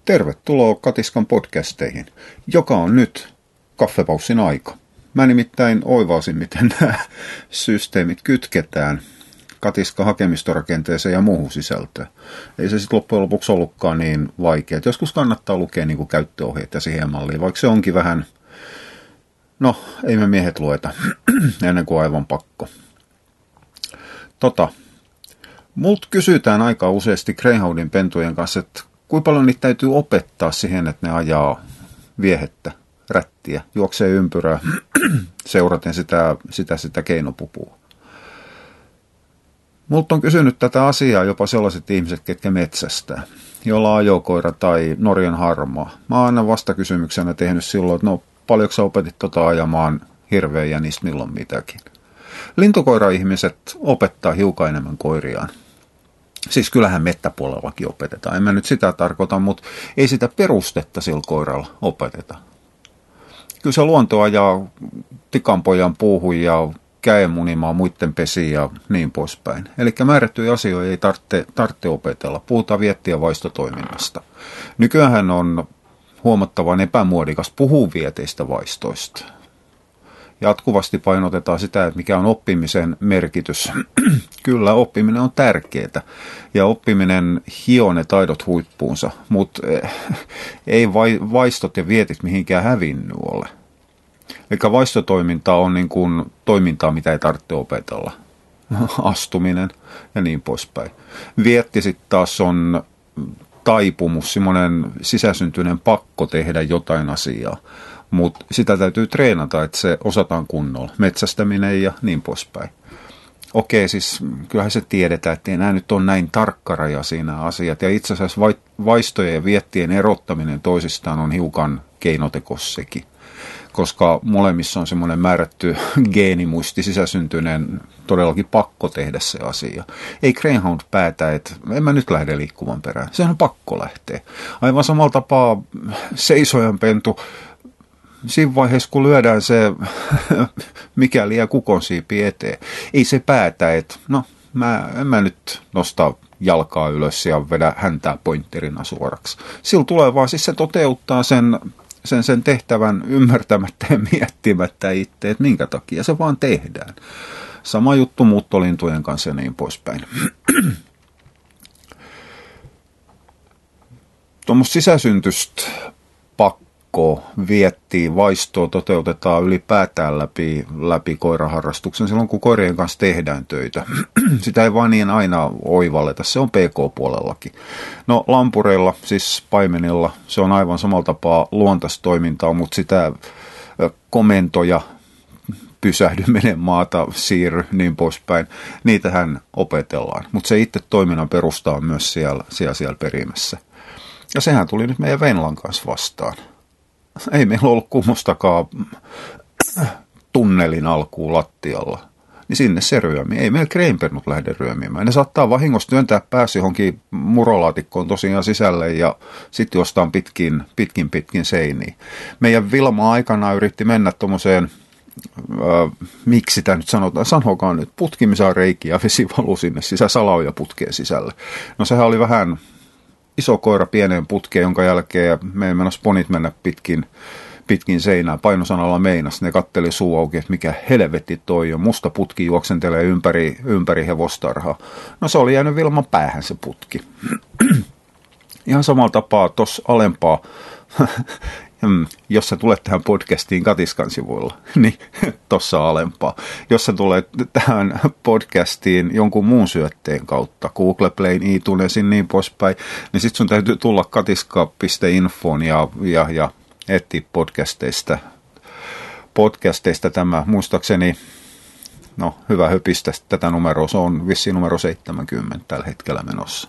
Tervetuloa Katiskan podcasteihin, joka on nyt kaffepaussin aika. Mä nimittäin oivasin, miten nämä systeemit kytketään Katiska hakemistorakenteeseen ja muuhun sisältöön. Ei se sitten loppujen lopuksi ollutkaan niin vaikea. Joskus kannattaa lukea niin kuin käyttöohjeet ja siihen malliin, vaikka se onkin vähän, no ei me miehet lueta ennen kuin aivan pakko. Multa kysytään aika useasti Greyhoundin pentujen kanssa, että kuinka paljon niitä täytyy opettaa siihen, että ne ajaa viehettä, rättiä, juoksee ympyrää, seuraten sitä keinopupua. Multa on kysynyt tätä asiaa jopa sellaiset ihmiset, ketkä metsästää, jolla on ajokoira tai Norjan harmaa. Mä oon aina vastakysymyksenä tehnyt silloin, että no paljonko sä opetit ajamaan hirveän ja niistä milloin mitäkin. Lintukoira-ihmiset opettaa hiukan enemmän koiriaan. Siis kyllähän mettäpuolellakin opetetaan. En mä nyt sitä tarkoita, mutta ei sitä perustetta sillä koiralla opeteta. Kyllä se luonto ajaa tikanpojan puuhun ja käen munimaan muiden pesiin ja niin poispäin. Eli määrättyjä asioita ei tarvitse opetella. Puhutaan vietti- ja vaistotoiminnasta. Nykyään on huomattavan epämuodikas puhua vieteistä vaistoista. Jatkuvasti painotetaan sitä, että mikä on oppimisen merkitys. Kyllä, oppiminen on tärkeää ja oppiminen hioo ne taidot huippuunsa, mutta ei vaistot ja vietit mihinkään hävinnyt ole. Eli vaistotoiminta on niin kuin toimintaa, mitä ei tarvitse opetella. Astuminen ja niin poispäin. Vietti sitten taas on taipumus, semmoinen sisäsyntyinen pakko tehdä jotain asiaa. Mutta sitä täytyy treenata, että se osataan kunnolla. Metsästäminen ja niin poispäin. Okei, siis kyllähän se tiedetään, että ei nämä nyt ole näin tarkkarajaisia nämä asiat. Ja itse asiassa vaistojen ja viettien erottaminen toisistaan on hiukan keinotekossekin. Koska molemmissa on semmoinen määrätty geenimuisti, sisäsyntyinen, todellakin pakko tehdä se asia. Ei Greyhound päätä, että en mä nyt lähde liikkuvan perään. Sehän on pakko lähteä. Aivan samalla tapaa seisojan pentu. Siinä vaiheessa, kun lyödään se mikäli ja kukonsiipi eteen, ei se päätä, että no, en mä nyt nosta jalkaa ylös ja vedä häntää pointterina suoraksi. Sillä tulee vaan, siis se toteuttaa sen tehtävän ymmärtämättä ja miettimättä itse, että minkä takia se vaan tehdään. Sama juttu muuttolintujen kanssa ja niin poispäin. Tuommoista sisäsyntystä viettiin, vaistoa toteutetaan ylipäätään läpi koiraharrastuksen silloin, kun koirien kanssa tehdään töitä. Sitä ei vaan niin aina oivalleta, se on PK-puolellakin. No lampureilla, siis paimenilla, se on aivan samalla tapaa luontaista toimintaa, mutta sitä komentoja, pysähdy, mene maata, siirry, niin poispäin, niitähän opetellaan. Mutta se itse toiminnan perusta on myös siellä perimässä. Ja sehän tuli nyt meidän Venlan kanssa vastaan. Ei meillä ollut kummostakaan tunnelin alkuun lattialla. Niin sinne se ryömi. Ei meillä Greypennut lähde ryömimään. Ne saattaa vahingossa työntää päässä johonkin murolaatikkoon tosiaan sisälle ja sitten jostain pitkin seiniin. Meidän Vilma aikana yritti mennä tuommoiseen, miksi sitä nyt sanotaan, sanokaa nyt, putki, missä on reiki ja vesi valuu sinne salauja putkeen sisälle. No sehän oli vähän iso koira pieneen putkeen, jonka jälkeen meidän menossa ponit mennä pitkin seinää. Painosanalla meinas. Ne katteli suu auki, että mikä helvetti toi on. Musta putki juoksentelee ympäri hevostarhaa. No se oli jäänyt Vilman päähän se putki. Ihan samalla tapaa tuossa alempaa, jos sä tulet tähän podcastiin Katiskan sivuilla, niin tossa alempaa. Jos sä tulet tähän podcastiin jonkun muun syötteen kautta, Google Playn, iTunesin, niin poispäin, niin sit sun täytyy tulla katiska.infoon ja etsiä podcasteista tämä. Muistaakseni, no hyvä höpistä tätä numeroa, se on vissiin numero 70 tällä hetkellä menossa.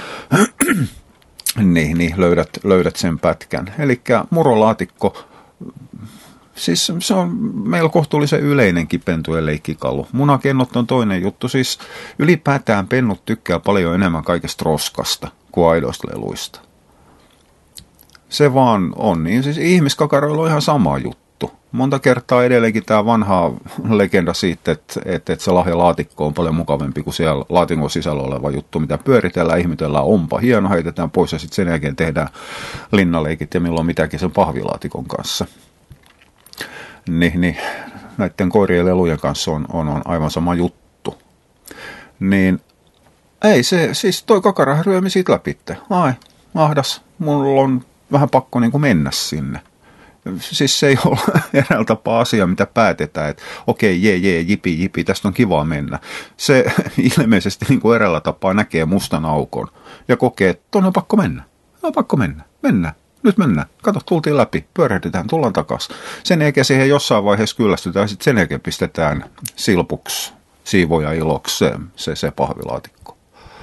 Niin löydät sen pätkän. Eli murolaatikko, siis se on meillä kohtuullisen yleinenkin pentujen leikkikalu. Munakennot on toinen juttu, siis ylipäätään pennut tykkää paljon enemmän kaikesta roskasta kuin aidoista leluista. Se vaan on niin, siis ihmiskakaroilla on ihan sama juttu. monta kertaa edelleenkin tämä vanha legenda siitä, että se lahjalaatikko on paljon mukavampi kuin siellä laatikon sisällä oleva juttu, mitä pyöritellään, ihmetellään, onpa hieno, heitetään pois ja sitten sen jälkeen tehdään linnaleikit ja milloin mitäkin sen pahvilaatikon kanssa. Niin näiden koirien lelujen kanssa on aivan sama juttu. Niin ei se, siis toi kakara ryömi siitä läpi. Ai, ahdas, mulla on vähän pakko niin kuin mennä sinne. Siis se ei ole eräällä tapaa asia, mitä päätetään, että okei, jipi, tästä on kivaa mennä. Se ilmeisesti niin kuin eräällä tapaa näkee mustan aukon ja kokee, että tuonne on pakko mennä. On pakko mennä. Mennään. Nyt mennään. Kato, tultiin läpi. Pyörähdetään, tullaan takaisin. Sen jälkeen siihen jossain vaiheessa kyllästytään ja sitten sen jälkeen pistetään silpuksi, siivoja iloksi se pahvilaatikko.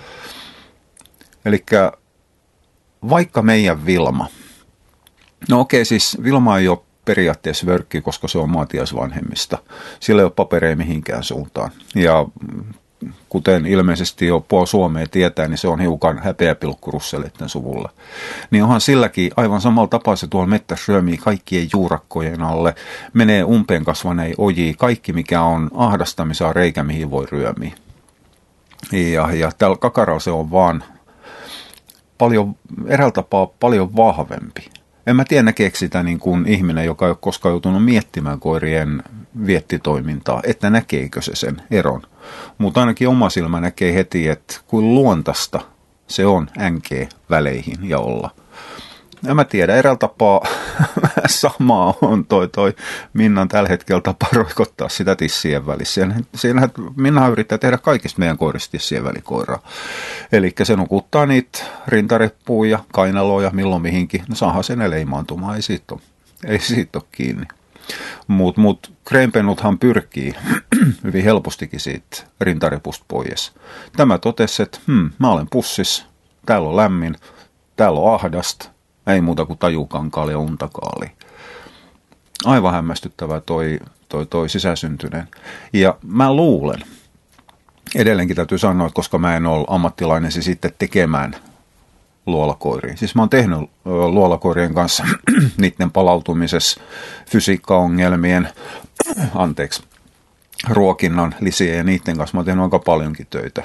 Elikkä vaikka meidän Vilma, no okei, siis Vilma ei ole periaatteessa vörkki, koska se on maatiaisvanhemmista. Sillä ei ole papereja mihinkään suuntaan. Ja kuten ilmeisesti jo Suomea tietää, niin se on hiukan häpeäpilkku russeleiden suvulla. Niin onhan silläkin aivan samalla tapaa se tuolla mettässä ryömii kaikkien juurakkojen alle, menee umpeen kasvaneen ojiin, kaikki mikä on ahdastamisen reikä, mihin voi ryömiä. Ja tällä kakaralla se on vaan eräällä tapaa paljon vahvempi. En mä tiedä, näkeekö sitä niin kuin ihminen, joka ei ole koskaan joutunut miettimään koirien viettitoimintaa, että näkeekö se sen eron. Mutta ainakin oma silmä näkee heti, että kuin luontaista se on NG-väleihin ja olla. En mä tiedä, eräällä tapaa samaa on toi Minnan tällä hetkellä tapa roikottaa sitä tissien välissä. Siinähän Minnahan yrittää tehdä kaikista meidän koirista tissien välikoiraa. Eli se nukuttaa niitä rintareppuja ja kainaloja milloin mihinkin. No saahan sen leimaantumaan, ei siitä ole kiinni. Mut kreenpennuthan pyrkii hyvin helpostikin siitä rintarepusta pois. Tämä totesi, että mä olen pussissa, täällä on lämmin, täällä on ahdasta. Ei muuta kuin tajukankaali ja untakaali. Aivan hämmästyttävää toi sisäsyntyinen. Ja mä luulen, edelleenkin täytyy sanoa, että koska mä en ole ammattilainen siis sitten tekemään luolakoiria. Siis mä oon tehnyt luolakoirien kanssa niiden palautumisessa, fysiikkaongelmien, ruokinnan, lisien ja niiden kanssa. Mä oon tehnyt aika paljonkin töitä.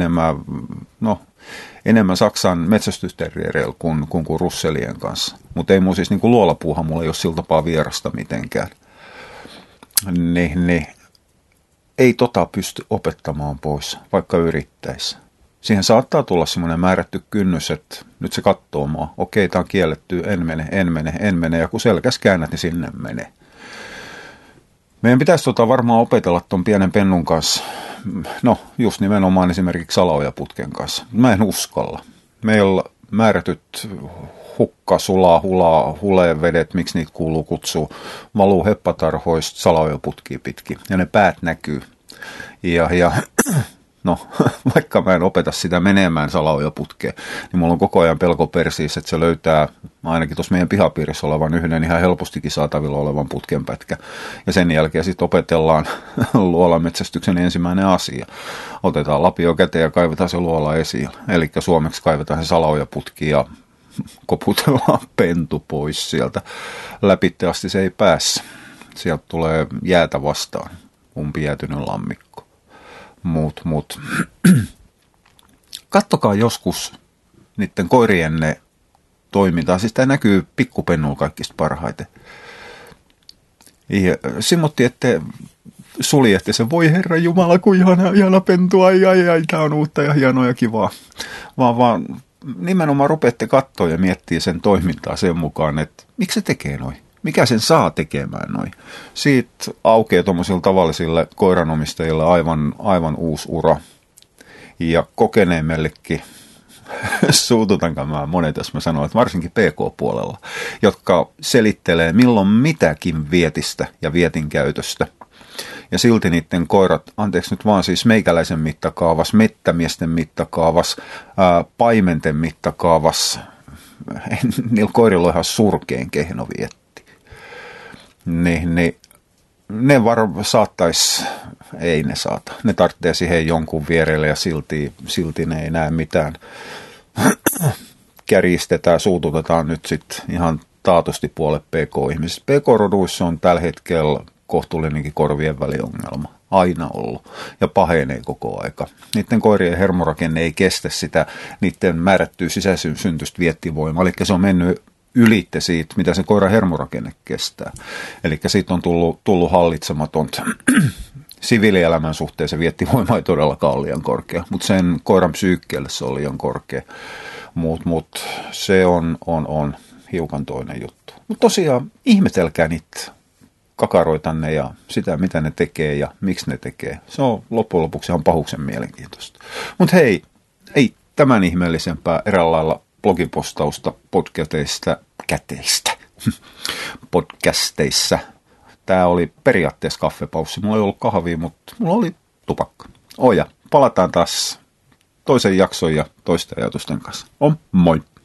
Enemmän Saksan metsästysterriereillä kuin russelien kanssa. Mutta ei mun siis niin kuin luolapuuhan mulla ei ole sillä tapaa vierasta mitenkään. Niin, ei pysty opettamaan pois, vaikka yrittäisi. Siihen saattaa tulla semmoinen määrätty kynnys, että nyt se katsoo mua. Okei, tää on kielletty, en mene. Ja kun selkäs käännät, niin sinne menee. Meidän pitäisi varmaan opetella ton pienen pennun kanssa. No, just nimenomaan esimerkiksi salaojaputken kanssa. Mä en uskalla. Meillä määrätyt hukka, sulaa, hulaa, hulevedet, miksi niitä kuuluu kutsua, valuu heppatarhoista salaojaputkia pitkin. Ja ne päät näkyy. Ja no, vaikka mä en opeta sitä menemään salaojaputkeen, niin mulla on koko ajan pelko persiissä, että se löytää ainakin tuossa meidän pihapiirissä olevan yhden ihan helpostikin saatavilla olevan putkenpätkä. Ja sen jälkeen sitten opetellaan luolametsästyksen ensimmäinen asia. Otetaan lapio käteen ja kaivetaan se luola esiin. Eli suomeksi kaivetaan se salaojaputki ja koputellaan pentu pois sieltä. Läpitte asti se ei päässä. Sieltä tulee jäätä vastaan, umpijäätynyt lammikko. Mut. Kattokaa joskus niiden koirienne toimintaa. Siis tämä näkyy pikkupennulla kaikista parhaiten. Ja simmotti, että suljette sen, voi herra jumala, kuin ihana pentu, ai, tämä on uutta ja hienoa ja kivaa. Vaan nimenomaan rupeatte katsoa ja miettiä sen toimintaa sen mukaan, että miksi se tekee noin. Mikä sen saa tekemään noin? Siitä aukeaa tuommoisilla tavallisille koiranomistajille aivan uusi ura. Ja kokeneemmellekin suututanko mä monet, jos mä sanon, että varsinkin PK-puolella, jotka selittelee milloin mitäkin vietistä ja vietin käytöstä. Ja silti niiden koirat, anteeksi nyt vaan siis meikäläisen mittakaavas, mettämiesten mittakaavas, paimenten mittakaavas, niillä koirilla on ihan surkeen kehno vietti. Niin, ne saattaisi, ei ne saata. Ne tarvitsee siihen jonkun vierelle ja silti ne ei näe mitään. Kärjistetään, suututetaan nyt sitten ihan taatusti puolet PK-ihmisistä. PK-roduissa on tällä hetkellä kohtuullinenkin korvien väliongelma. Aina ollut. Ja pahenee koko aika. Niiden koirien hermorakenne ei kestä sitä niiden määrättyä sisäsyntyistä viettivoimaa. Eli se on mennyt ylitte siitä, mitä se koiran hermorakenne kestää. Eli siitä on tullut hallitsematonta. Siviilielämän suhteen se viettivoima ei todellakaan ole liian korkea, mutta sen koiran psyykkeelle se on liian korkea. Mut se on hiukan toinen juttu. Mutta tosiaan ihmetelkää niitä kakaroitanne ja sitä, mitä ne tekee ja miksi ne tekee. Se on loppujen lopuksi ihan pahuksen mielenkiintoista. Mutta hei, ei tämän ihmeellisempää eräänlailla blogipostausta podcasteissa. Tämä oli periaatteessa kaffepaussi. Mulla ei ollut kahvia, mutta mulla oli tupakka. Palataan taas toisen jakson ja toisten ajatusten kanssa. Moi!